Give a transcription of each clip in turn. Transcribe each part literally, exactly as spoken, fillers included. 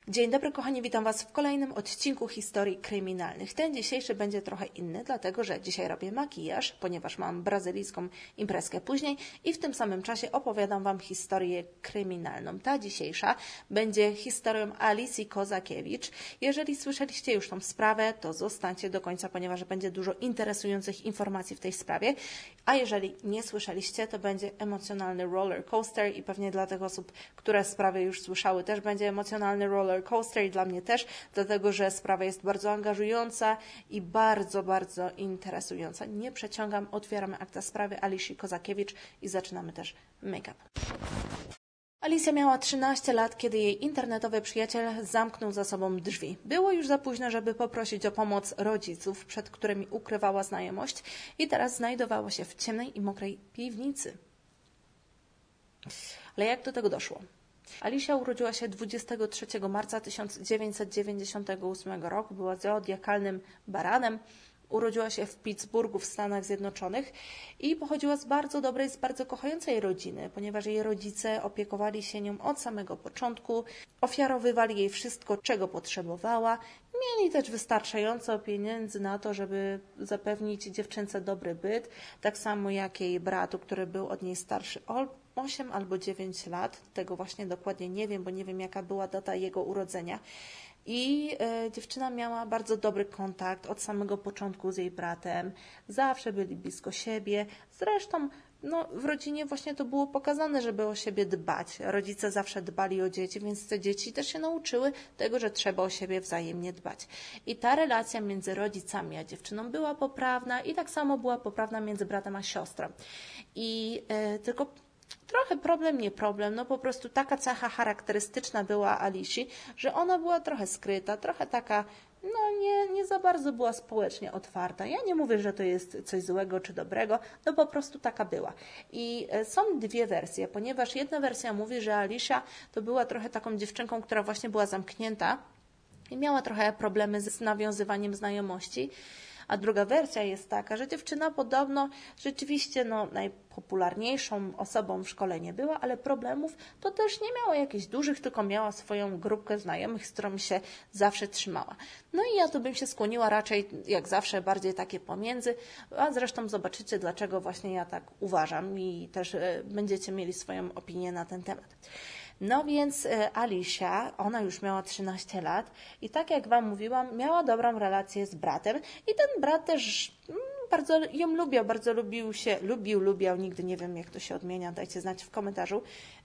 Dzień dobry kochani, witam Was w kolejnym odcinku historii kryminalnych. Ten dzisiejszy będzie trochę inny, dlatego że dzisiaj robię makijaż, ponieważ mam brazylijską imprezkę później i w tym samym czasie opowiadam Wam historię kryminalną. Ta dzisiejsza będzie historią Alicji Kozakiewicz. Jeżeli słyszeliście już tą sprawę, to zostańcie do końca, ponieważ będzie dużo interesujących informacji w tej sprawie. A jeżeli nie słyszeliście, to będzie emocjonalny roller coaster i pewnie dla tych osób, które sprawy już słyszały, też będzie emocjonalny roller coaster i dla mnie też, dlatego że sprawa jest bardzo angażująca i bardzo, bardzo interesująca. Nie przeciągam, otwieramy akta sprawy Alicji Kozakiewicz i zaczynamy też make-up. Alicja miała trzynaście lat, kiedy jej internetowy przyjaciel zamknął za sobą drzwi. Było już za późno, żeby poprosić o pomoc rodziców, przed którymi ukrywała znajomość i teraz znajdowała się w ciemnej i mokrej piwnicy. Ale jak do tego doszło? Alicja urodziła się dwudziestego trzeciego marca tysiąc dziewięćset dziewięćdziesiątego ósmego roku. Była zodiakalnym baranem. Urodziła się w Pittsburghu w Stanach Zjednoczonych i pochodziła z bardzo dobrej, z bardzo kochającej rodziny, ponieważ jej rodzice opiekowali się nią od samego początku, ofiarowywali jej wszystko, czego potrzebowała. Mieli też wystarczająco pieniędzy na to, żeby zapewnić dziewczynce dobry byt, tak samo jak jej bratu, który był od niej starszy o osiem albo dziewięć lat. Tego właśnie dokładnie nie wiem, bo nie wiem, jaka była data jego urodzenia. I e, dziewczyna miała bardzo dobry kontakt od samego początku z jej bratem. Zawsze byli blisko siebie. Zresztą no, w rodzinie właśnie to było pokazane, żeby o siebie dbać. Rodzice zawsze dbali o dzieci, więc te dzieci też się nauczyły tego, że trzeba o siebie wzajemnie dbać. I ta relacja między rodzicami a dziewczyną była poprawna i tak samo była poprawna między bratem a siostrą. I e, tylko trochę problem, nie problem, no po prostu taka cecha charakterystyczna była Alicji, że ona była trochę skryta, trochę taka, no nie, nie za bardzo była społecznie otwarta. Ja nie mówię, że to jest coś złego czy dobrego, no po prostu taka była. I są dwie wersje, ponieważ jedna wersja mówi, że Alicja to była trochę taką dziewczynką, która właśnie była zamknięta i miała trochę problemy z nawiązywaniem znajomości. A druga wersja jest taka, że dziewczyna podobno rzeczywiście no, najpopularniejszą osobą w szkole nie była, ale problemów to też nie miała jakichś dużych, tylko miała swoją grupkę znajomych, z którą się zawsze trzymała. No i ja tu bym się skłoniła raczej, jak zawsze, bardziej takie pomiędzy, a zresztą zobaczycie, dlaczego właśnie ja tak uważam i też y, będziecie mieli swoją opinię na ten temat. No więc Alicja, ona już miała trzynaście lat i tak jak Wam mówiłam, miała dobrą relację z bratem i ten brat też bardzo ją lubiał, bardzo lubił się, lubił, lubiał, nigdy nie wiem jak to się odmienia, dajcie znać w komentarzu.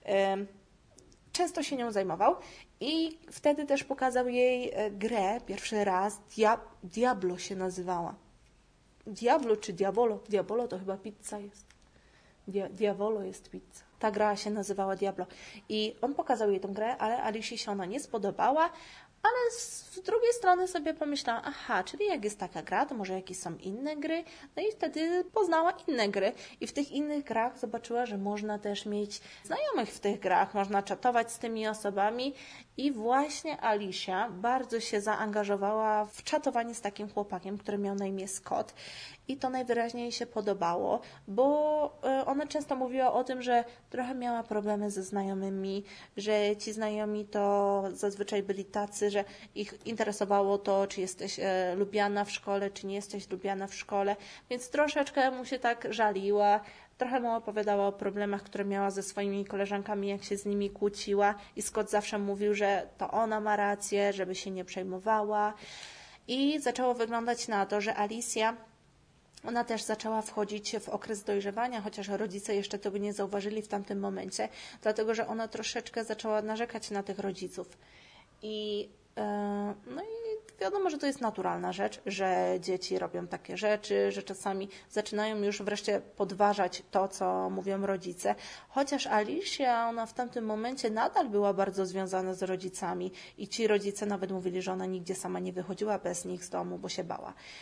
Często się nią zajmował i wtedy też pokazał jej grę pierwszy raz, Dia- Diablo się nazywała. Diablo czy Diabolo? Diabolo to chyba pizza jest. Dia- Diavolo jest pizza. Ta gra się nazywała Diablo. I on pokazał jej tę grę, ale Alicji się ona nie spodobała, ale z drugiej strony sobie pomyślałam, aha, czyli jak jest taka gra, to może jakieś są inne gry? No i wtedy poznała inne gry i w tych innych grach zobaczyła, że można też mieć znajomych w tych grach, można czatować z tymi osobami i właśnie Alicja bardzo się zaangażowała w czatowanie z takim chłopakiem, który miał na imię Scott i to najwyraźniej jej się podobało, bo ona często mówiła o tym, że trochę miała problemy ze znajomymi, że ci znajomi to zazwyczaj byli tacy, że ich interesowało to, czy jesteś e, lubiana w szkole, czy nie jesteś lubiana w szkole, więc troszeczkę mu się tak żaliła, trochę mu opowiadała o problemach, które miała ze swoimi koleżankami, jak się z nimi kłóciła i Scott zawsze mówił, że to ona ma rację, żeby się nie przejmowała i zaczęło wyglądać na to, że Alicja ona też zaczęła wchodzić w okres dojrzewania, chociaż rodzice jeszcze tego nie zauważyli w tamtym momencie, dlatego że ona troszeczkę zaczęła narzekać na tych rodziców. I, yy, no i wiadomo, że to jest naturalna rzecz, że dzieci robią takie rzeczy, że czasami zaczynają już wreszcie podważać to, co mówią rodzice. Chociaż Alicja, ona w tamtym momencie nadal była bardzo związana z rodzicami i ci rodzice nawet mówili, że ona nigdzie sama nie wychodziła bez nich z domu, bo się bała.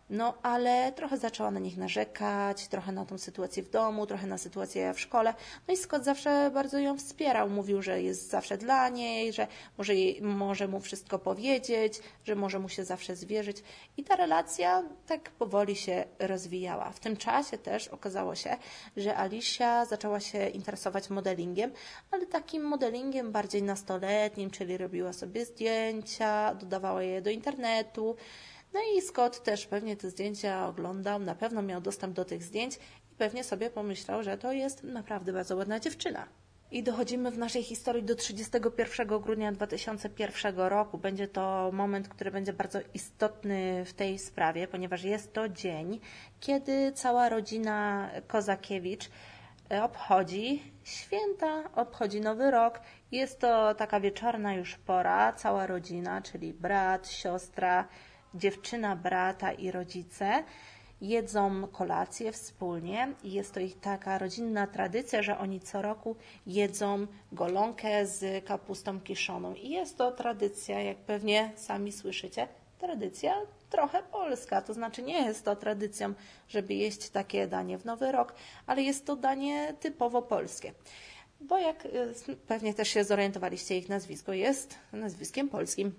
No ale trochę zaczęła na nich narzekać, trochę na tą sytuację w domu, trochę na sytuację w szkole. No i Scott zawsze bardzo ją wspierał. Mówił, że jest zawsze dla niej, że może, jej, może mu wszystko powiedzieć, że może mu się zawsze zwierzyć. I ta relacja tak powoli się rozwijała. W tym czasie też okazało się, że Alicia zaczęła się interesować modelingiem, ale takim modelingiem bardziej nastoletnim, czyli robiła sobie zdjęcia, dodawała je do internetu. No i Scott też pewnie te zdjęcia oglądał, na pewno miał dostęp do tych zdjęć i pewnie sobie pomyślał, że to jest naprawdę bardzo ładna dziewczyna. I dochodzimy w naszej historii do trzydziestego pierwszego grudnia dwa tysiące pierwszego roku. Będzie to moment, który będzie bardzo istotny w tej sprawie, ponieważ jest to dzień, kiedy cała rodzina Kozakiewicz obchodzi święta, obchodzi Nowy Rok. Jest to taka wieczorna już pora, cała rodzina, czyli brat, siostra, dziewczyna brata i rodzice jedzą kolację wspólnie i jest to ich taka rodzinna tradycja, że oni co roku jedzą golonkę z kapustą kiszoną. I jest to tradycja, jak pewnie sami słyszycie, tradycja trochę polska, to znaczy nie jest to tradycją, żeby jeść takie danie w Nowy Rok, ale jest to danie typowo polskie. Bo jak pewnie też się zorientowaliście, ich nazwisko jest nazwiskiem polskim.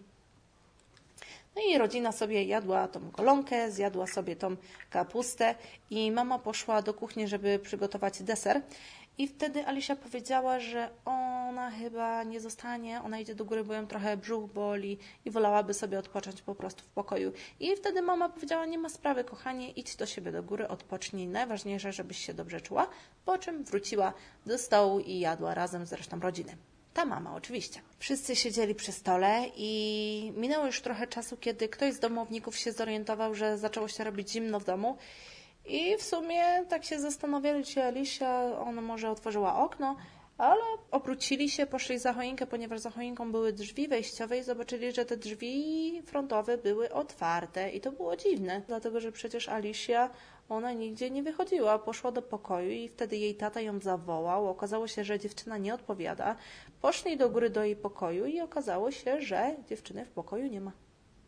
No i rodzina sobie jadła tą golonkę, zjadła sobie tą kapustę i mama poszła do kuchni, żeby przygotować deser. I wtedy Alicia powiedziała, że ona chyba nie zostanie, ona idzie do góry, bo ją trochę brzuch boli i wolałaby sobie odpocząć po prostu w pokoju. I wtedy mama powiedziała, nie ma sprawy, kochanie, idź do siebie do góry, odpocznij, najważniejsze, żebyś się dobrze czuła, po czym wróciła do stołu i jadła razem z resztą rodziny. Ta mama oczywiście. Wszyscy siedzieli przy stole i minęło już trochę czasu, kiedy ktoś z domowników się zorientował, że zaczęło się robić zimno w domu i w sumie tak się zastanawiali, czy Alicia, ona może otworzyła okno, ale obrócili się, poszli za choinkę, ponieważ za choinką były drzwi wejściowe i zobaczyli, że te drzwi frontowe były otwarte i to było dziwne, dlatego że przecież Alicia, ona nigdzie nie wychodziła, poszła do pokoju i wtedy jej tata ją zawołał, okazało się, że dziewczyna nie odpowiada, poszli do góry do jej pokoju i okazało się, że dziewczyny w pokoju nie ma.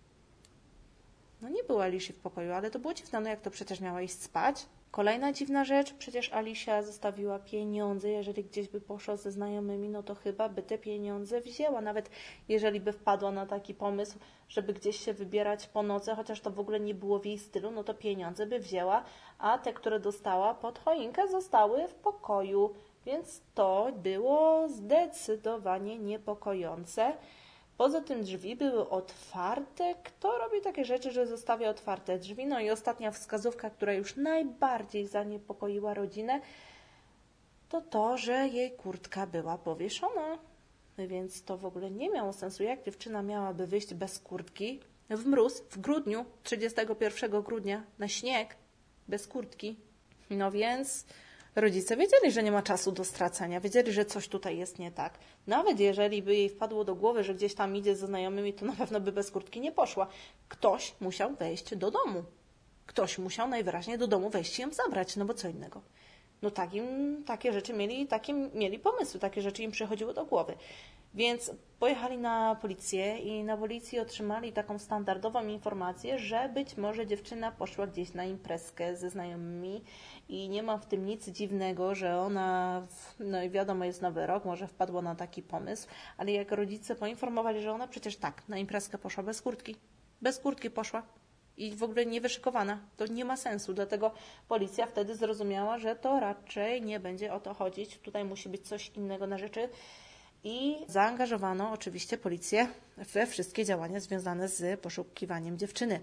No nie było Alicji w pokoju, ale to było dziwne, no jak to przecież miała iść spać. Kolejna dziwna rzecz, przecież Alicia zostawiła pieniądze, jeżeli gdzieś by poszła ze znajomymi, no to chyba by te pieniądze wzięła, nawet jeżeli by wpadła na taki pomysł, żeby gdzieś się wybierać po nocy, chociaż to w ogóle nie było w jej stylu, no to pieniądze by wzięła, a te, które dostała pod choinkę, zostały w pokoju, więc to było zdecydowanie niepokojące. Poza tym drzwi były otwarte. Kto robi takie rzeczy, że zostawia otwarte drzwi? No i ostatnia wskazówka, która już najbardziej zaniepokoiła rodzinę, to to, że jej kurtka była powieszona. Więc to w ogóle nie miało sensu. Jak dziewczyna miałaby wyjść bez kurtki w mróz w grudniu, trzydziestego pierwszego grudnia, na śnieg, bez kurtki? No więc rodzice wiedzieli, że nie ma czasu do stracenia, wiedzieli, że coś tutaj jest nie tak. Nawet jeżeli by jej wpadło do głowy, że gdzieś tam idzie ze znajomymi, to na pewno by bez kurtki nie poszła. Ktoś musiał wejść do domu. Ktoś musiał najwyraźniej do domu wejść i ją zabrać, no bo co innego. No takim, takie rzeczy mieli, takim mieli pomysły, takie rzeczy im przychodziły do głowy. Więc pojechali na policję i na policji otrzymali taką standardową informację, że być może dziewczyna poszła gdzieś na imprezkę ze znajomymi i nie ma w tym nic dziwnego, że ona, no i wiadomo, jest Nowy Rok, może wpadła na taki pomysł, ale jak rodzice poinformowali, że ona przecież tak, na imprezkę poszła bez kurtki, bez kurtki poszła i w ogóle nie wyszykowana, to nie ma sensu, dlatego policja wtedy zrozumiała, że to raczej nie będzie o to chodzić, tutaj musi być coś innego na rzeczy. I zaangażowano oczywiście policję we wszystkie działania związane z poszukiwaniem dziewczyny.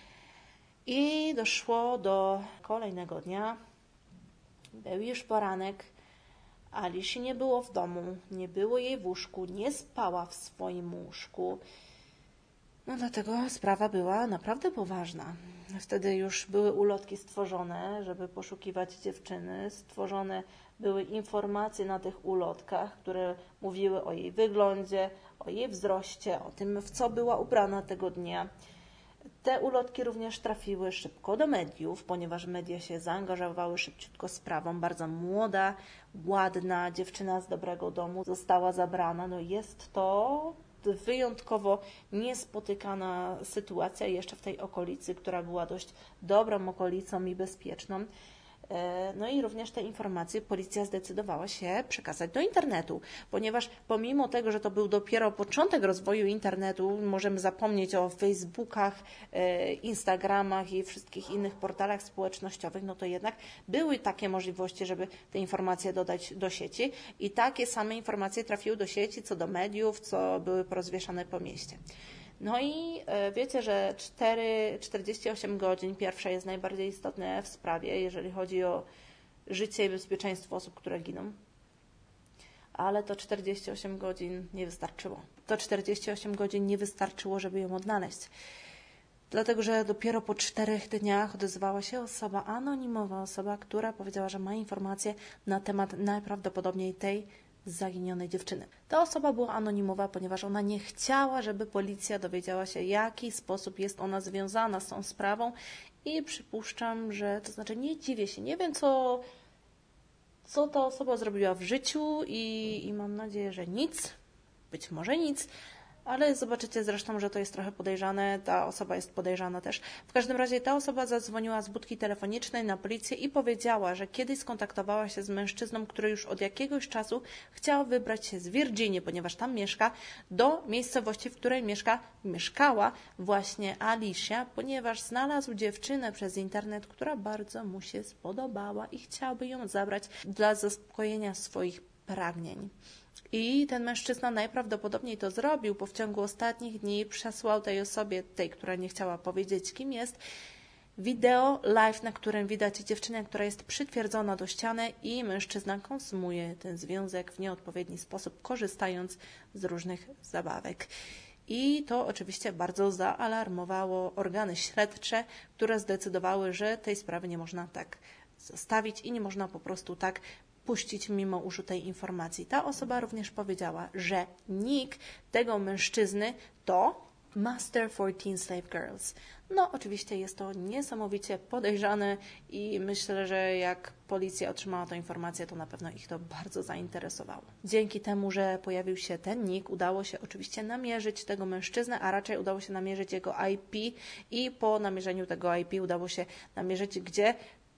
I doszło do kolejnego dnia. Był już poranek. Alicji nie było w domu, nie było jej w łóżku, nie spała w swoim łóżku. No dlatego sprawa była naprawdę poważna. Wtedy już były ulotki stworzone, żeby poszukiwać dziewczyny. Stworzone były informacje na tych ulotkach, które mówiły o jej wyglądzie, o jej wzroście, o tym, w co była ubrana tego dnia. Te ulotki również trafiły szybko do mediów, ponieważ media się zaangażowały szybciutko sprawą. Bardzo młoda, ładna dziewczyna z dobrego domu została zabrana. No jest to wyjątkowo niespotykana sytuacja jeszcze w tej okolicy, która była dość dobrą okolicą i bezpieczną. No i również te informacje policja zdecydowała się przekazać do internetu, ponieważ pomimo tego, że to był dopiero początek rozwoju internetu, możemy zapomnieć o Facebookach, Instagramach i wszystkich innych portalach społecznościowych, no to jednak były takie możliwości, żeby te informacje dodać do sieci i takie same informacje trafiły do sieci, co do mediów, co były porozwieszane po mieście. No i wiecie, że czterdzieści osiem godzin pierwsze jest najbardziej istotne w sprawie, jeżeli chodzi o życie i bezpieczeństwo osób, które giną. Ale to czterdzieści osiem godzin nie wystarczyło. To czterdzieści osiem godzin nie wystarczyło, żeby ją odnaleźć. Dlatego, że dopiero po czterech dniach odezwała się osoba, anonimowa osoba, która powiedziała, że ma informacje na temat najprawdopodobniej tej zaginionej dziewczyny. Ta osoba była anonimowa, ponieważ ona nie chciała, żeby policja dowiedziała się, w jaki sposób jest ona związana z tą sprawą i przypuszczam, że, to znaczy nie dziwię się, nie wiem co, co ta osoba zrobiła w życiu i, i mam nadzieję, że nic, być może nic, ale zobaczycie zresztą, że to jest trochę podejrzane, ta osoba jest podejrzana też. W każdym razie ta osoba zadzwoniła z budki telefonicznej na policję i powiedziała, że kiedyś skontaktowała się z mężczyzną, który już od jakiegoś czasu chciał wybrać się z Virginii, ponieważ tam mieszka, do miejscowości, w której mieszka, mieszkała właśnie Alicia, ponieważ znalazł dziewczynę przez internet, która bardzo mu się spodobała i chciałby ją zabrać dla zaspokojenia swoich pragnień. I ten mężczyzna najprawdopodobniej to zrobił, bo w ciągu ostatnich dni przesłał tej osobie, tej, która nie chciała powiedzieć, kim jest, wideo live, na którym widać dziewczynę, która jest przytwierdzona do ściany i mężczyzna konsumuje ten związek w nieodpowiedni sposób, korzystając z różnych zabawek. I to oczywiście bardzo zaalarmowało organy śledcze, które zdecydowały, że tej sprawy nie można tak zostawić i nie można po prostu tak puścić mimo użytej informacji. Ta osoba również powiedziała, że nick tego mężczyzny to Master for Teen Slave Girls. No oczywiście jest to niesamowicie podejrzane i myślę, że jak policja otrzymała tę informację, to na pewno ich to bardzo zainteresowało. Dzięki temu, że pojawił się ten nick, udało się oczywiście namierzyć tego mężczyznę, a raczej udało się namierzyć jego I P i po namierzeniu tego I P udało się namierzyć, gdzie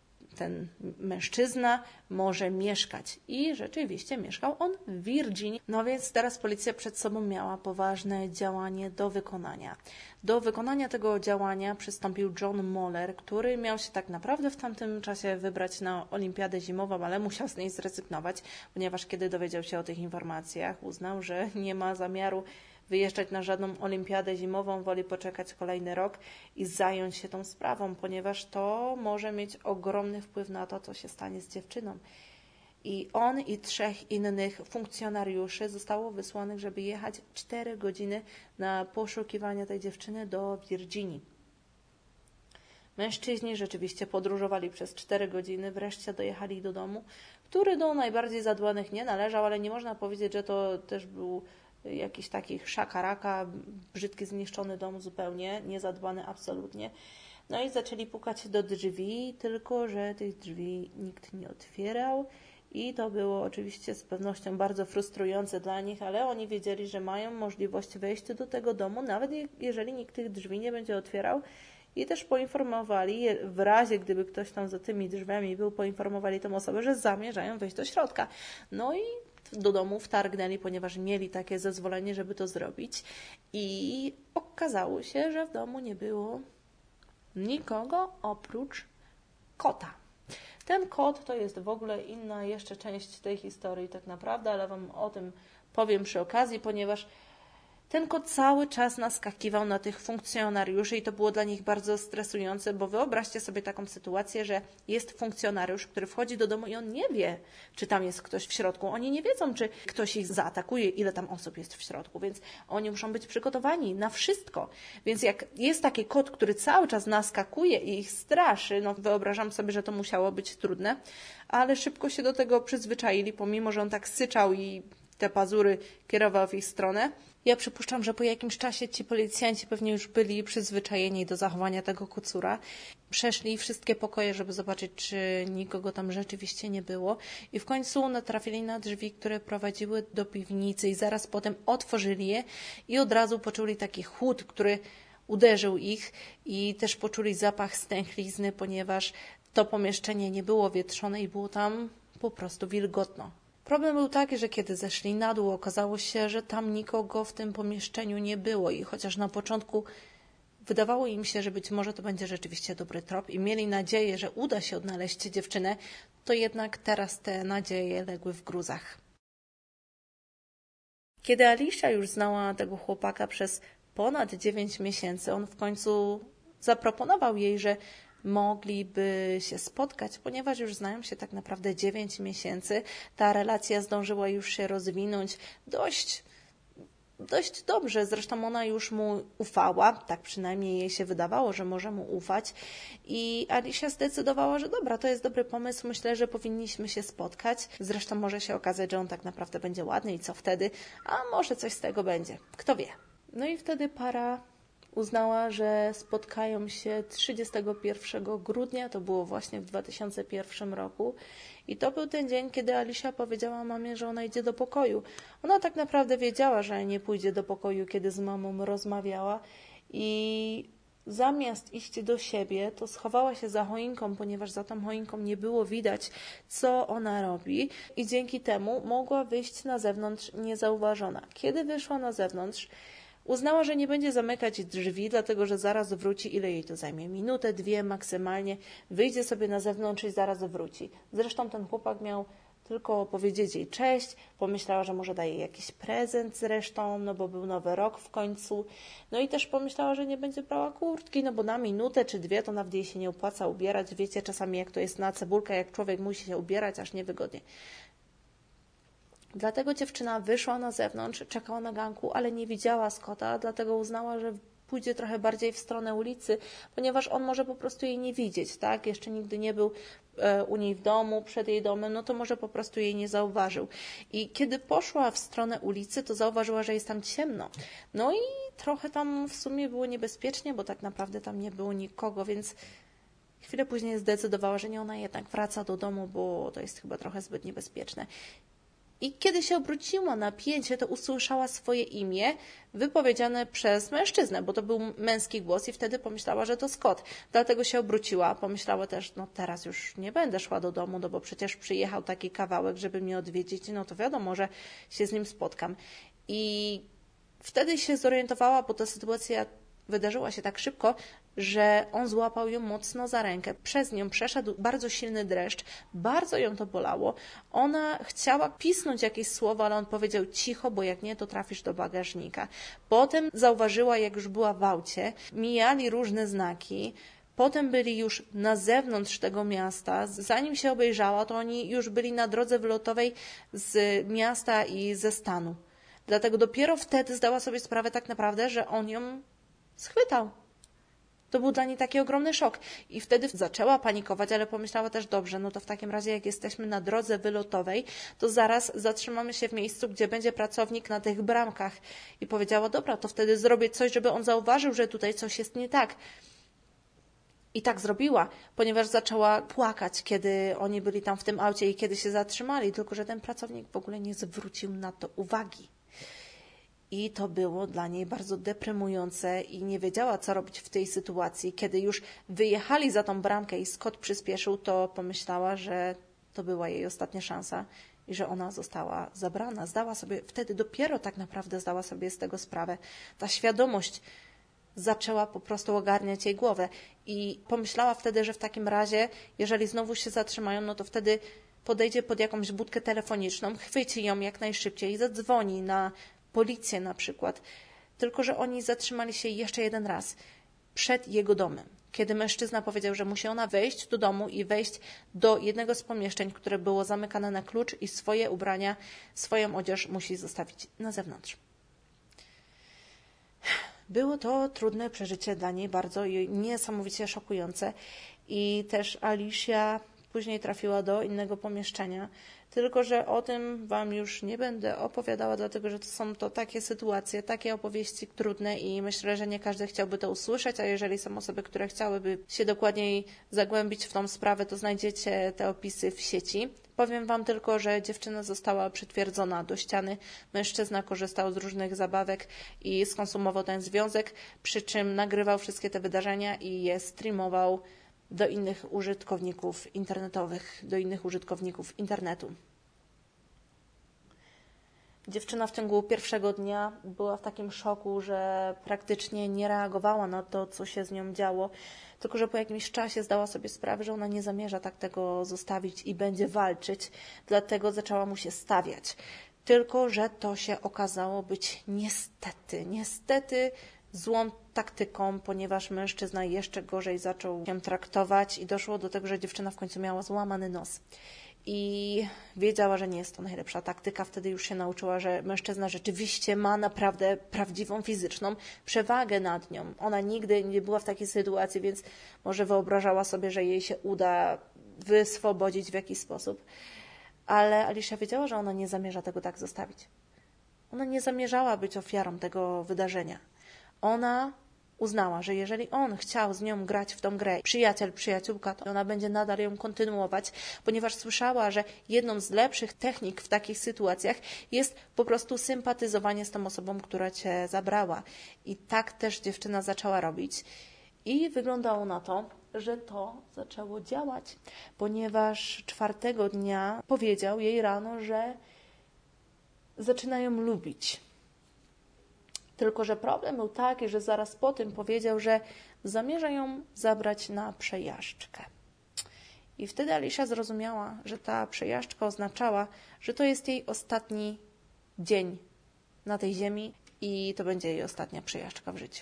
ten mężczyzna może mieszkać. I rzeczywiście mieszkał on w Virginii. No więc teraz policja przed sobą miała poważne działanie do wykonania. Do wykonania tego działania przystąpił John Moller, który miał się tak naprawdę w tamtym czasie wybrać na olimpiadę zimową, ale musiał z niej zrezygnować, ponieważ kiedy dowiedział się o tych informacjach, uznał, że nie ma zamiaru wyjeżdżać na żadną olimpiadę zimową, woli poczekać kolejny rok i zająć się tą sprawą, ponieważ to może mieć ogromny wpływ na to, co się stanie z dziewczyną. I on i trzech innych funkcjonariuszy zostało wysłanych, żeby jechać cztery godziny na poszukiwanie tej dziewczyny do Virginii. Mężczyźni rzeczywiście podróżowali przez cztery godziny, wreszcie dojechali do domu, który do najbardziej zadbanych nie należał, ale nie można powiedzieć, że to też był jakiś taki szakaraka, brzydki, zniszczony dom zupełnie, niezadbany absolutnie. No i zaczęli pukać do drzwi, tylko że tych drzwi nikt nie otwierał i to było oczywiście z pewnością bardzo frustrujące dla nich, ale oni wiedzieli, że mają możliwość wejścia do tego domu, nawet jeżeli nikt tych drzwi nie będzie otwierał. I też poinformowali, w razie gdyby ktoś tam za tymi drzwiami był, poinformowali tę osobę, że zamierzają wejść do środka. No i do domu wtargnęli, ponieważ mieli takie zezwolenie, żeby to zrobić. I okazało się, że w domu nie było nikogo oprócz kota. Ten kot to jest w ogóle inna jeszcze część tej historii tak naprawdę, ale Wam o tym powiem przy okazji, ponieważ ten kot cały czas naskakiwał na tych funkcjonariuszy i to było dla nich bardzo stresujące, bo wyobraźcie sobie taką sytuację, że jest funkcjonariusz, który wchodzi do domu i on nie wie, czy tam jest ktoś w środku. Oni nie wiedzą, czy ktoś ich zaatakuje, ile tam osób jest w środku, więc oni muszą być przygotowani na wszystko. Więc jak jest taki kot, który cały czas naskakuje i ich straszy, no wyobrażam sobie, że to musiało być trudne, ale szybko się do tego przyzwyczaili, pomimo że on tak syczał i te pazury kierował w ich stronę. Ja przypuszczam, że po jakimś czasie ci policjanci pewnie już byli przyzwyczajeni do zachowania tego kocura. Przeszli wszystkie pokoje, żeby zobaczyć, czy nikogo tam rzeczywiście nie było. I w końcu natrafili na drzwi, które prowadziły do piwnicy i zaraz potem otworzyli je i od razu poczuli taki chłód, który uderzył ich i też poczuli zapach stęchlizny, ponieważ to pomieszczenie nie było wietrzone i było tam po prostu wilgotno. Problem był taki, że kiedy zeszli na dół, okazało się, że tam nikogo w tym pomieszczeniu nie było i chociaż na początku wydawało im się, że być może to będzie rzeczywiście dobry trop i mieli nadzieję, że uda się odnaleźć dziewczynę, to jednak teraz te nadzieje legły w gruzach. Kiedy Alicia już znała tego chłopaka przez ponad dziewięć miesięcy, on w końcu zaproponował jej, że mogliby się spotkać, ponieważ już znają się tak naprawdę dziewięć miesięcy. Ta relacja zdążyła już się rozwinąć dość, dość dobrze. Zresztą ona już mu ufała, tak przynajmniej jej się wydawało, że może mu ufać. I Alicia zdecydowała, że dobra, to jest dobry pomysł, myślę, że powinniśmy się spotkać. Zresztą może się okazać, że on tak naprawdę będzie ładny i co wtedy? A może coś z tego będzie. Kto wie. No i wtedy para uznała, że spotkają się trzydziestego pierwszego grudnia, to było właśnie w dwa tysiące pierwszym roku i to był ten dzień, kiedy Alicia powiedziała mamie, że ona idzie do pokoju. Ona tak naprawdę wiedziała, że nie pójdzie do pokoju, kiedy z mamą rozmawiała i zamiast iść do siebie, to schowała się za choinką, ponieważ za tą choinką nie było widać, co ona robi i dzięki temu mogła wyjść na zewnątrz niezauważona. Kiedy wyszła na zewnątrz, uznała, że nie będzie zamykać drzwi, dlatego że zaraz wróci, ile jej to zajmie, minutę, dwie maksymalnie, wyjdzie sobie na zewnątrz i zaraz wróci. Zresztą ten chłopak miał tylko powiedzieć jej cześć, pomyślała, że może daje jakiś prezent zresztą, no bo był nowy rok w końcu. No i też pomyślała, że nie będzie brała kurtki, no bo na minutę czy dwie to nawet jej się nie opłaca ubierać. Wiecie czasami jak to jest na cebulkę, jak człowiek musi się ubierać, aż niewygodnie. Dlatego dziewczyna wyszła na zewnątrz, czekała na ganku, ale nie widziała Scotta, dlatego uznała, że pójdzie trochę bardziej w stronę ulicy, ponieważ on może po prostu jej nie widzieć, tak? Jeszcze nigdy nie był u niej w domu, przed jej domem, no to może po prostu jej nie zauważył. I kiedy poszła w stronę ulicy, to zauważyła, że jest tam ciemno. No i trochę tam w sumie było niebezpiecznie, bo tak naprawdę tam nie było nikogo, więc chwilę później zdecydowała, że nie, ona jednak wraca do domu, bo to jest chyba trochę zbyt niebezpieczne. I kiedy się obróciła na pięcie, to usłyszała swoje imię wypowiedziane przez mężczyznę, bo to był męski głos i wtedy pomyślała, że to Scott. Dlatego się obróciła. Pomyślała też, no teraz już nie będę szła do domu, no bo przecież przyjechał taki kawałek, żeby mnie odwiedzić, no to wiadomo, że się z nim spotkam. I wtedy się zorientowała, bo ta sytuacja wydarzyła się tak szybko, że on złapał ją mocno za rękę. Przez nią przeszedł bardzo silny dreszcz, bardzo ją to bolało. Ona chciała pisnąć jakieś słowa, ale on powiedział cicho, bo jak nie, to trafisz do bagażnika. Potem zauważyła, jak już była w aucie, mijali różne znaki. Potem byli już na zewnątrz tego miasta. Zanim się obejrzała, to oni już byli na drodze wylotowej z miasta i ze stanu. Dlatego dopiero wtedy zdała sobie sprawę tak naprawdę, że on ją schwytał. To był dla niej taki ogromny szok. I wtedy zaczęła panikować, ale pomyślała też, dobrze, no to w takim razie jak jesteśmy na drodze wylotowej, to zaraz zatrzymamy się w miejscu, gdzie będzie pracownik na tych bramkach. I powiedziała, dobra, to wtedy zrobię coś, żeby on zauważył, że tutaj coś jest nie tak. I tak zrobiła, ponieważ zaczęła płakać, kiedy oni byli tam w tym aucie i kiedy się zatrzymali, tylko że ten pracownik w ogóle nie zwrócił na to uwagi. I to było dla niej bardzo deprymujące i nie wiedziała, co robić w tej sytuacji. Kiedy już wyjechali za tą bramkę i Scott przyspieszył, to pomyślała, że to była jej ostatnia szansa i że ona została zabrana. Zdała sobie, wtedy dopiero tak naprawdę zdała sobie z tego sprawę. Ta świadomość zaczęła po prostu ogarniać jej głowę i pomyślała wtedy, że w takim razie, jeżeli znowu się zatrzymają, no to wtedy podejdzie pod jakąś budkę telefoniczną, chwyci ją jak najszybciej i zadzwoni na policję na przykład. Tylko że oni zatrzymali się jeszcze jeden raz przed jego domem, kiedy mężczyzna powiedział, że musi ona wejść do domu i wejść do jednego z pomieszczeń, które było zamykane na klucz i swoje ubrania, swoją odzież musi zostawić na zewnątrz. Było to trudne przeżycie dla niej, bardzo i niesamowicie szokujące i też Alicia później trafiła do innego pomieszczenia, Tylko że o tym Wam już nie będę opowiadała, dlatego że to są to takie sytuacje, takie opowieści trudne i myślę, że nie każdy chciałby to usłyszeć, a jeżeli są osoby, które chciałyby się dokładniej zagłębić w tą sprawę, to znajdziecie te opisy w sieci. Powiem Wam tylko, że dziewczyna została przytwierdzona do ściany, mężczyzna korzystał z różnych zabawek i skonsumował ten związek, przy czym nagrywał wszystkie te wydarzenia i je streamował do innych użytkowników internetowych, do innych użytkowników internetu. Dziewczyna w ciągu pierwszego dnia była w takim szoku, że praktycznie nie reagowała na to, co się z nią działo, tylko że po jakimś czasie zdała sobie sprawę, że ona nie zamierza tak tego zostawić i będzie walczyć, dlatego zaczęła mu się stawiać. Tylko że to się okazało być niestety, niestety złą taktyką, ponieważ mężczyzna jeszcze gorzej zaczął się traktować i doszło do tego, że dziewczyna w końcu miała złamany nos. I wiedziała, że nie jest to najlepsza taktyka. Wtedy już się nauczyła, że mężczyzna rzeczywiście ma naprawdę prawdziwą fizyczną przewagę nad nią. Ona nigdy nie była w takiej sytuacji, więc może wyobrażała sobie, że jej się uda wyswobodzić w jakiś sposób. Ale Alicja wiedziała, że ona nie zamierza tego tak zostawić. Ona nie zamierzała być ofiarą tego wydarzenia. Ona uznała, że jeżeli on chciał z nią grać w tą grę, przyjaciel, przyjaciółka, to ona będzie nadal ją kontynuować, ponieważ słyszała, że jedną z lepszych technik w takich sytuacjach jest po prostu sympatyzowanie z tą osobą, która cię zabrała. I tak też dziewczyna zaczęła robić. I wyglądało na to, że to zaczęło działać, ponieważ czwartego dnia powiedział jej rano, że zaczyna ją lubić. Tylko że problem był taki, że zaraz po tym powiedział, że zamierza ją zabrać na przejażdżkę. I wtedy Alicja zrozumiała, że ta przejażdżka oznaczała, że to jest jej ostatni dzień na tej ziemi i to będzie jej ostatnia przejażdżka w życiu.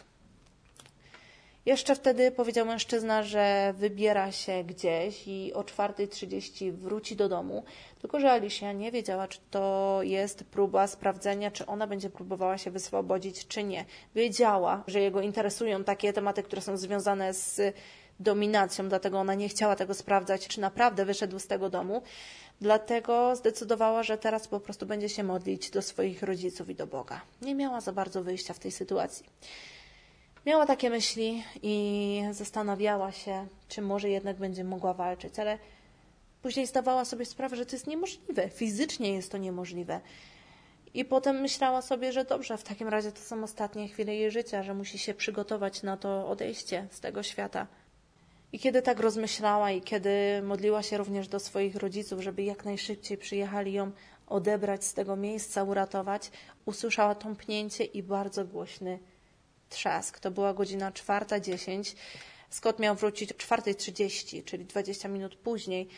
Jeszcze wtedy powiedział mężczyzna, że wybiera się gdzieś i o czwartej trzydzieści wróci do domu, tylko że Alicja nie wiedziała, czy to jest próba sprawdzenia, czy ona będzie próbowała się wyswobodzić, czy nie. Wiedziała, że jego interesują takie tematy, które są związane z dominacją, dlatego ona nie chciała tego sprawdzać, czy naprawdę wyszedł z tego domu. Dlatego zdecydowała, że teraz po prostu będzie się modlić do swoich rodziców i do Boga. Nie miała za bardzo wyjścia w tej sytuacji. Miała takie myśli i zastanawiała się, czy może jednak będzie mogła walczyć, ale później zdawała sobie sprawę, że to jest niemożliwe. Fizycznie jest to niemożliwe. I potem myślała sobie, że dobrze, w takim razie to są ostatnie chwile jej życia, że musi się przygotować na to odejście z tego świata. I kiedy tak rozmyślała i kiedy modliła się również do swoich rodziców, żeby jak najszybciej przyjechali ją odebrać z tego miejsca, uratować, usłyszała tąpnięcie i bardzo głośny trzask. To była godzina czwarta dziesięć. Scott miał wrócić o czwarta trzydzieści, czyli dwadzieścia minut później.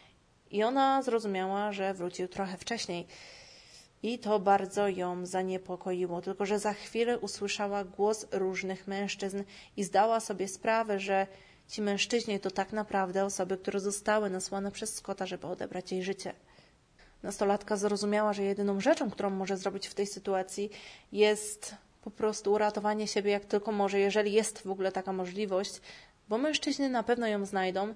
I ona zrozumiała, że wrócił trochę wcześniej. I to bardzo ją zaniepokoiło. Tylko że za chwilę usłyszała głos różnych mężczyzn i zdała sobie sprawę, że ci mężczyźni to tak naprawdę osoby, które zostały nasłane przez Scotta, żeby odebrać jej życie. Nastolatka zrozumiała, że jedyną rzeczą, którą może zrobić w tej sytuacji, jest po prostu uratowanie siebie jak tylko może, jeżeli jest w ogóle taka możliwość, bo mężczyźni na pewno ją znajdą,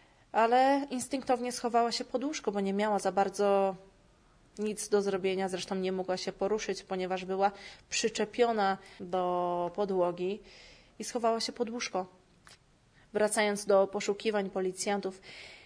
ale instynktownie schowała się pod łóżko, bo nie miała za bardzo nic do zrobienia, zresztą nie mogła się poruszyć, ponieważ była przyczepiona do podłogi i schowała się pod łóżko. Wracając do poszukiwań policjantów,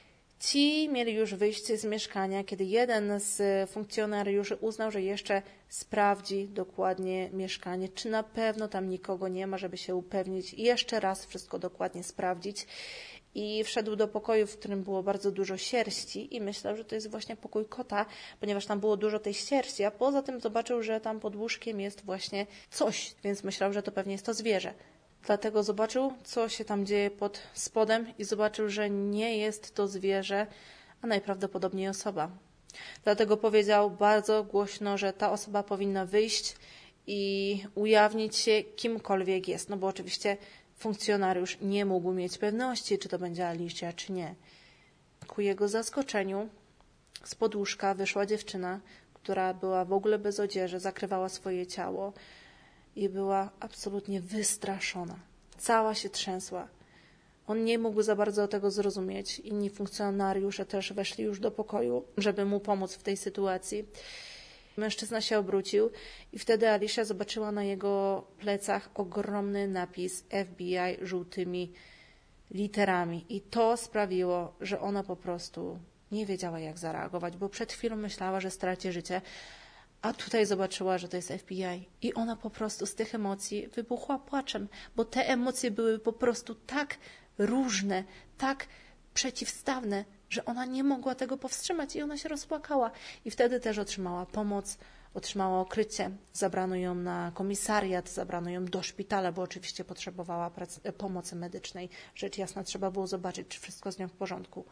ci mieli już wyjść z mieszkania, kiedy jeden z funkcjonariuszy uznał, że jeszcze sprawdzi dokładnie mieszkanie, czy na pewno tam nikogo nie ma, żeby się upewnić i jeszcze raz wszystko dokładnie sprawdzić. I wszedł do pokoju, w którym było bardzo dużo sierści i myślał, że to jest właśnie pokój kota, ponieważ tam było dużo tej sierści, a poza tym zobaczył, że tam pod łóżkiem jest właśnie coś, więc myślał, że to pewnie jest to zwierzę. Dlatego zobaczył, co się tam dzieje pod spodem i zobaczył, że nie jest to zwierzę, a najprawdopodobniej osoba. Dlatego powiedział bardzo głośno, że ta osoba powinna wyjść i ujawnić się kimkolwiek jest, no bo oczywiście funkcjonariusz nie mógł mieć pewności, czy to będzie Alicja, czy nie. Ku jego zaskoczeniu z pod łóżka wyszła dziewczyna, która była w ogóle bez odzieży, zakrywała swoje ciało i była absolutnie wystraszona. Cała się trzęsła. On nie mógł za bardzo tego zrozumieć. Inni funkcjonariusze też weszli już do pokoju, żeby mu pomóc w tej sytuacji. Mężczyzna się obrócił i wtedy Alicia zobaczyła na jego plecach ogromny napis F B I żółtymi literami. I to sprawiło, że ona po prostu nie wiedziała, jak zareagować, bo przed chwilą myślała, że straci życie, a tutaj zobaczyła, że to jest F B I. I ona po prostu z tych emocji wybuchła płaczem, bo te emocje były po prostu tak różne, tak przeciwstawne, że ona nie mogła tego powstrzymać i ona się rozpłakała. I wtedy też otrzymała pomoc, otrzymała okrycie, zabrano ją na komisariat, zabrano ją do szpitala, bo oczywiście potrzebowała pracy, pomocy medycznej. Rzecz jasna, trzeba było zobaczyć, czy wszystko z nią w porządku.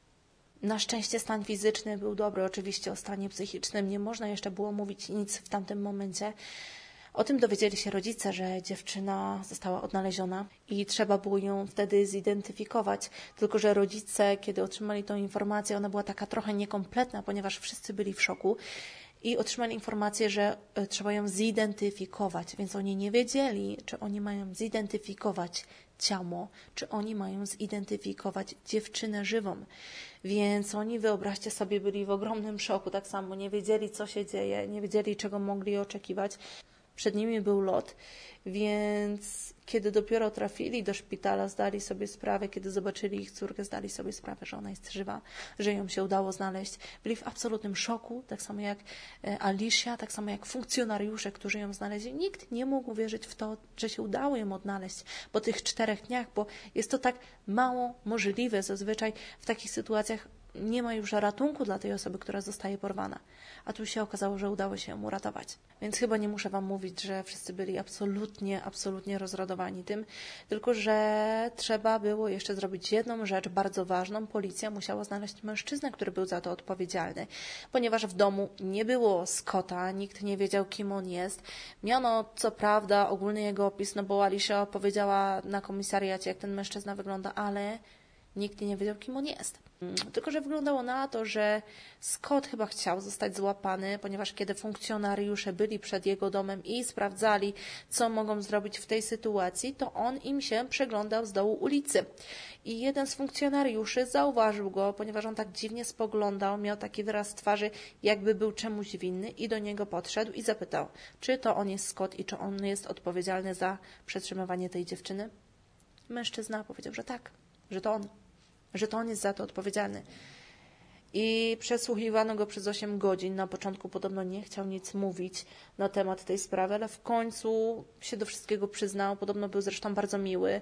Na szczęście stan fizyczny był dobry, oczywiście o stanie psychicznym nie można jeszcze było mówić nic w tamtym momencie. O tym dowiedzieli się rodzice, że dziewczyna została odnaleziona i trzeba było ją wtedy zidentyfikować. Tylko że rodzice, kiedy otrzymali tą informację, ona była taka trochę niekompletna, ponieważ wszyscy byli w szoku i otrzymali informację, że trzeba ją zidentyfikować, więc oni nie wiedzieli, czy oni mają zidentyfikować ciało, czy oni mają zidentyfikować dziewczynę żywą. Więc oni, wyobraźcie sobie, byli w ogromnym szoku, tak samo nie wiedzieli, co się dzieje, nie wiedzieli, czego mogli oczekiwać. Przed nimi był lot, więc kiedy dopiero trafili do szpitala, zdali sobie sprawę, kiedy zobaczyli ich córkę, zdali sobie sprawę, że ona jest żywa, że ją się udało znaleźć. Byli w absolutnym szoku, tak samo jak Alicia, tak samo jak funkcjonariusze, którzy ją znaleźli. Nikt nie mógł wierzyć w to, że się udało ją odnaleźć po tych czterech dniach, bo jest to tak mało możliwe. Zazwyczaj w takich sytuacjach nie ma już ratunku dla tej osoby, która zostaje porwana. A tu się okazało, że udało się ją uratować. Więc chyba nie muszę Wam mówić, że wszyscy byli absolutnie, absolutnie rozradowani tym, tylko że trzeba było jeszcze zrobić jedną rzecz bardzo ważną. Policja musiała znaleźć mężczyznę, który był za to odpowiedzialny, ponieważ w domu nie było Scotta, nikt nie wiedział, kim on jest. Miano, co prawda, ogólny jego opis, no bo Alicia opowiedziała na komisariacie, jak ten mężczyzna wygląda, ale nikt nie wiedział, kim on jest. Tylko że wyglądało na to, że Scott chyba chciał zostać złapany, ponieważ kiedy funkcjonariusze byli przed jego domem i sprawdzali, co mogą zrobić w tej sytuacji, to on im się przeglądał z dołu ulicy. I jeden z funkcjonariuszy zauważył go, ponieważ on tak dziwnie spoglądał, miał taki wyraz twarzy, jakby był czemuś winny, i do niego podszedł i zapytał, czy to on jest Scott i czy on jest odpowiedzialny za przetrzymywanie tej dziewczyny. Mężczyzna powiedział, że tak, że to on. że to on jest za to odpowiedzialny. I przesłuchiwano go przez osiem godzin. Na początku podobno nie chciał nic mówić na temat tej sprawy, ale w końcu się do wszystkiego przyznał. Podobno był zresztą bardzo miły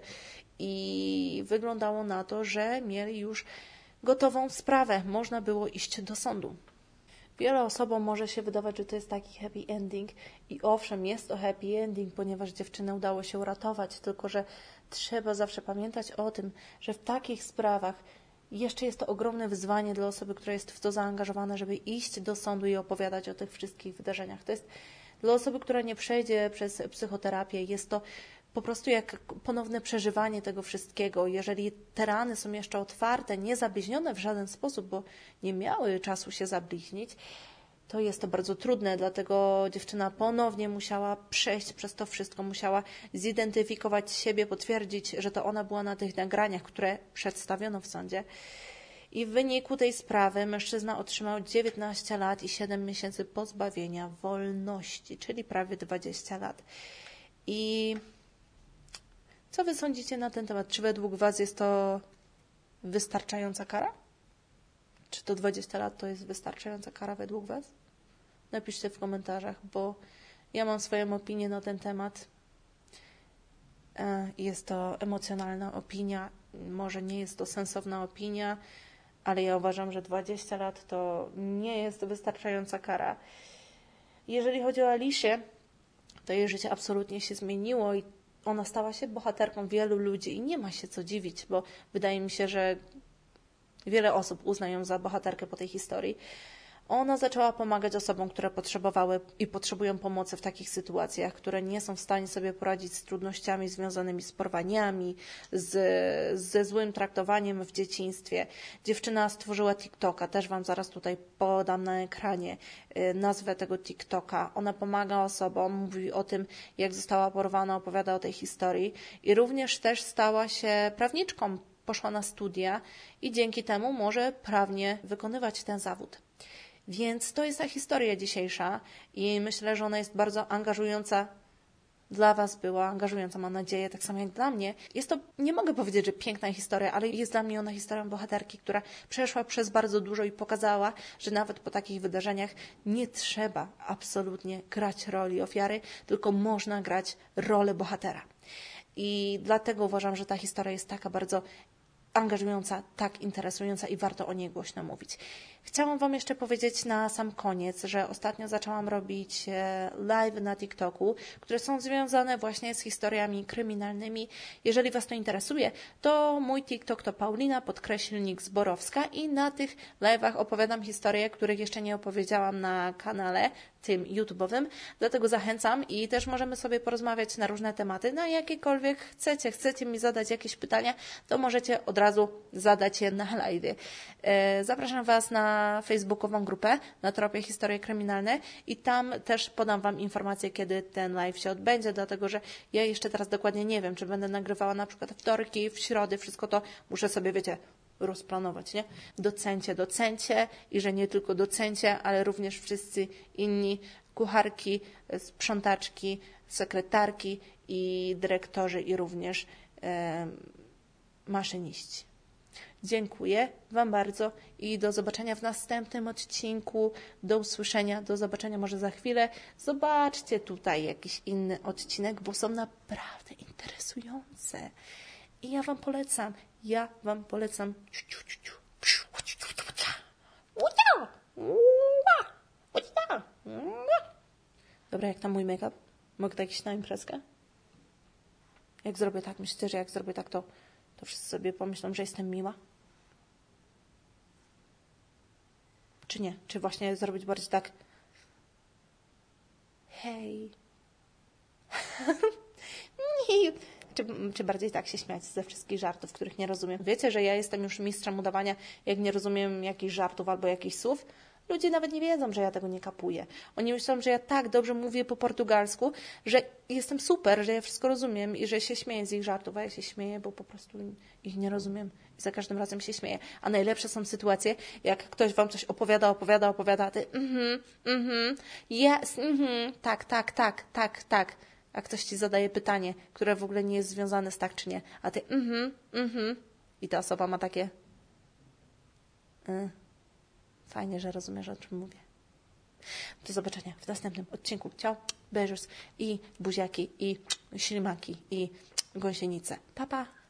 i wyglądało na to, że mieli już gotową sprawę. Można było iść do sądu. Wiele osobom może się wydawać, że to jest taki happy ending i owszem, jest to happy ending, ponieważ dziewczynę udało się uratować, tylko że trzeba zawsze pamiętać o tym, że w takich sprawach jeszcze jest to ogromne wyzwanie dla osoby, która jest w to zaangażowana, żeby iść do sądu i opowiadać o tych wszystkich wydarzeniach. To jest dla osoby, która nie przejdzie przez psychoterapię, jest to po prostu jak ponowne przeżywanie tego wszystkiego. Jeżeli te rany są jeszcze otwarte, nie zabliźnione w żaden sposób, bo nie miały czasu się zabliźnić, to jest to bardzo trudne, dlatego dziewczyna ponownie musiała przejść przez to wszystko, musiała zidentyfikować siebie, potwierdzić, że to ona była na tych nagraniach, które przedstawiono w sądzie. I w wyniku tej sprawy mężczyzna otrzymał dziewiętnaście lat i siedem miesięcy pozbawienia wolności, czyli prawie dwadzieścia lat. I co Wy sądzicie na ten temat? Czy według Was jest to wystarczająca kara? Czy to dwadzieścia lat to jest wystarczająca kara według Was? Napiszcie w komentarzach, bo ja mam swoją opinię na ten temat. Jest to emocjonalna opinia, może nie jest to sensowna opinia, ale ja uważam, że dwadzieścia lat to nie jest wystarczająca kara. Jeżeli chodzi o Alicię, to jej życie absolutnie się zmieniło i ona stała się bohaterką wielu ludzi i nie ma się co dziwić, bo wydaje mi się, że wiele osób uzna ją za bohaterkę po tej historii. Ona zaczęła pomagać osobom, które potrzebowały i potrzebują pomocy w takich sytuacjach, które nie są w stanie sobie poradzić z trudnościami związanymi z porwaniami, z, ze złym traktowaniem w dzieciństwie. Dziewczyna stworzyła TikToka, też Wam zaraz tutaj podam na ekranie nazwę tego TikToka. Ona pomaga osobom, mówi o tym, jak została porwana, opowiada o tej historii i również też stała się prawniczką. Poszła na studia i dzięki temu może prawnie wykonywać ten zawód. Więc to jest ta historia dzisiejsza i myślę, że ona jest bardzo angażująca. Dla Was była angażująca, mam nadzieję, tak samo jak dla mnie. Jest to, nie mogę powiedzieć, że piękna historia, ale jest dla mnie ona historią bohaterki, która przeszła przez bardzo dużo i pokazała, że nawet po takich wydarzeniach nie trzeba absolutnie grać roli ofiary, tylko można grać rolę bohatera. I dlatego uważam, że ta historia jest taka bardzo angażująca, tak interesująca i warto o niej głośno mówić. Chciałam Wam jeszcze powiedzieć na sam koniec, że ostatnio zaczęłam robić live na TikToku, które są związane właśnie z historiami kryminalnymi. Jeżeli Was to interesuje, to mój TikTok to Paulina podkreślnik Zborowska i na tych live'ach opowiadam historie, których jeszcze nie opowiedziałam na kanale tym YouTube'owym, dlatego zachęcam i też możemy sobie porozmawiać na różne tematy, na jakiekolwiek chcecie. Chcecie mi zadać jakieś pytania, to możecie od razu zadać je na live'ie. Zapraszam Was na facebookową grupę na Tropie Historie Kryminalne i tam też podam Wam informację, kiedy ten live się odbędzie, dlatego że ja jeszcze teraz dokładnie nie wiem, czy będę nagrywała na przykład wtorki, w środy, wszystko to muszę sobie, wiecie, rozplanować, nie? Docencie, docencie i że nie tylko docencie, ale również wszyscy inni kucharki, sprzątaczki, sekretarki i dyrektorzy i również e, maszyniści. Dziękuję Wam bardzo i do zobaczenia w następnym odcinku. Do usłyszenia, do zobaczenia może za chwilę. Zobaczcie tutaj jakiś inny odcinek, bo są naprawdę interesujące. I ja Wam polecam, ja Wam polecam. Dobra, jak tam mój make-up? Mogę tak iść na imprezkę? Jak zrobię tak? Myślicie, że jak zrobię tak, to, to wszyscy sobie pomyślą, że jestem miła? Czy nie? Czy właśnie zrobić bardziej tak? Hej. Nie. Czy, czy bardziej tak się śmiać ze wszystkich żartów, których nie rozumiem. Wiecie, że ja jestem już mistrzem udawania, jak nie rozumiem jakichś żartów albo jakichś słów? Ludzie nawet nie wiedzą, że ja tego nie kapuję. Oni myślą, że ja tak dobrze mówię po portugalsku, że jestem super, że ja wszystko rozumiem i że się śmieję z ich żartów, a ja się śmieję, bo po prostu ich nie rozumiem i za każdym razem się śmieję. A najlepsze są sytuacje, jak ktoś Wam coś opowiada, opowiada, opowiada, a Ty mhm, mhm, yes, mhm, tak, tak, tak, tak, tak. A ktoś Ci zadaje pytanie, które w ogóle nie jest związane z tak czy nie, a Ty mhm, mhm. I ta osoba ma takie y. Fajnie, że rozumiesz, o czym mówię. Do zobaczenia w następnym odcinku. Ciao, beżus i buziaki i ślimaki i gąsienice. Pa, pa!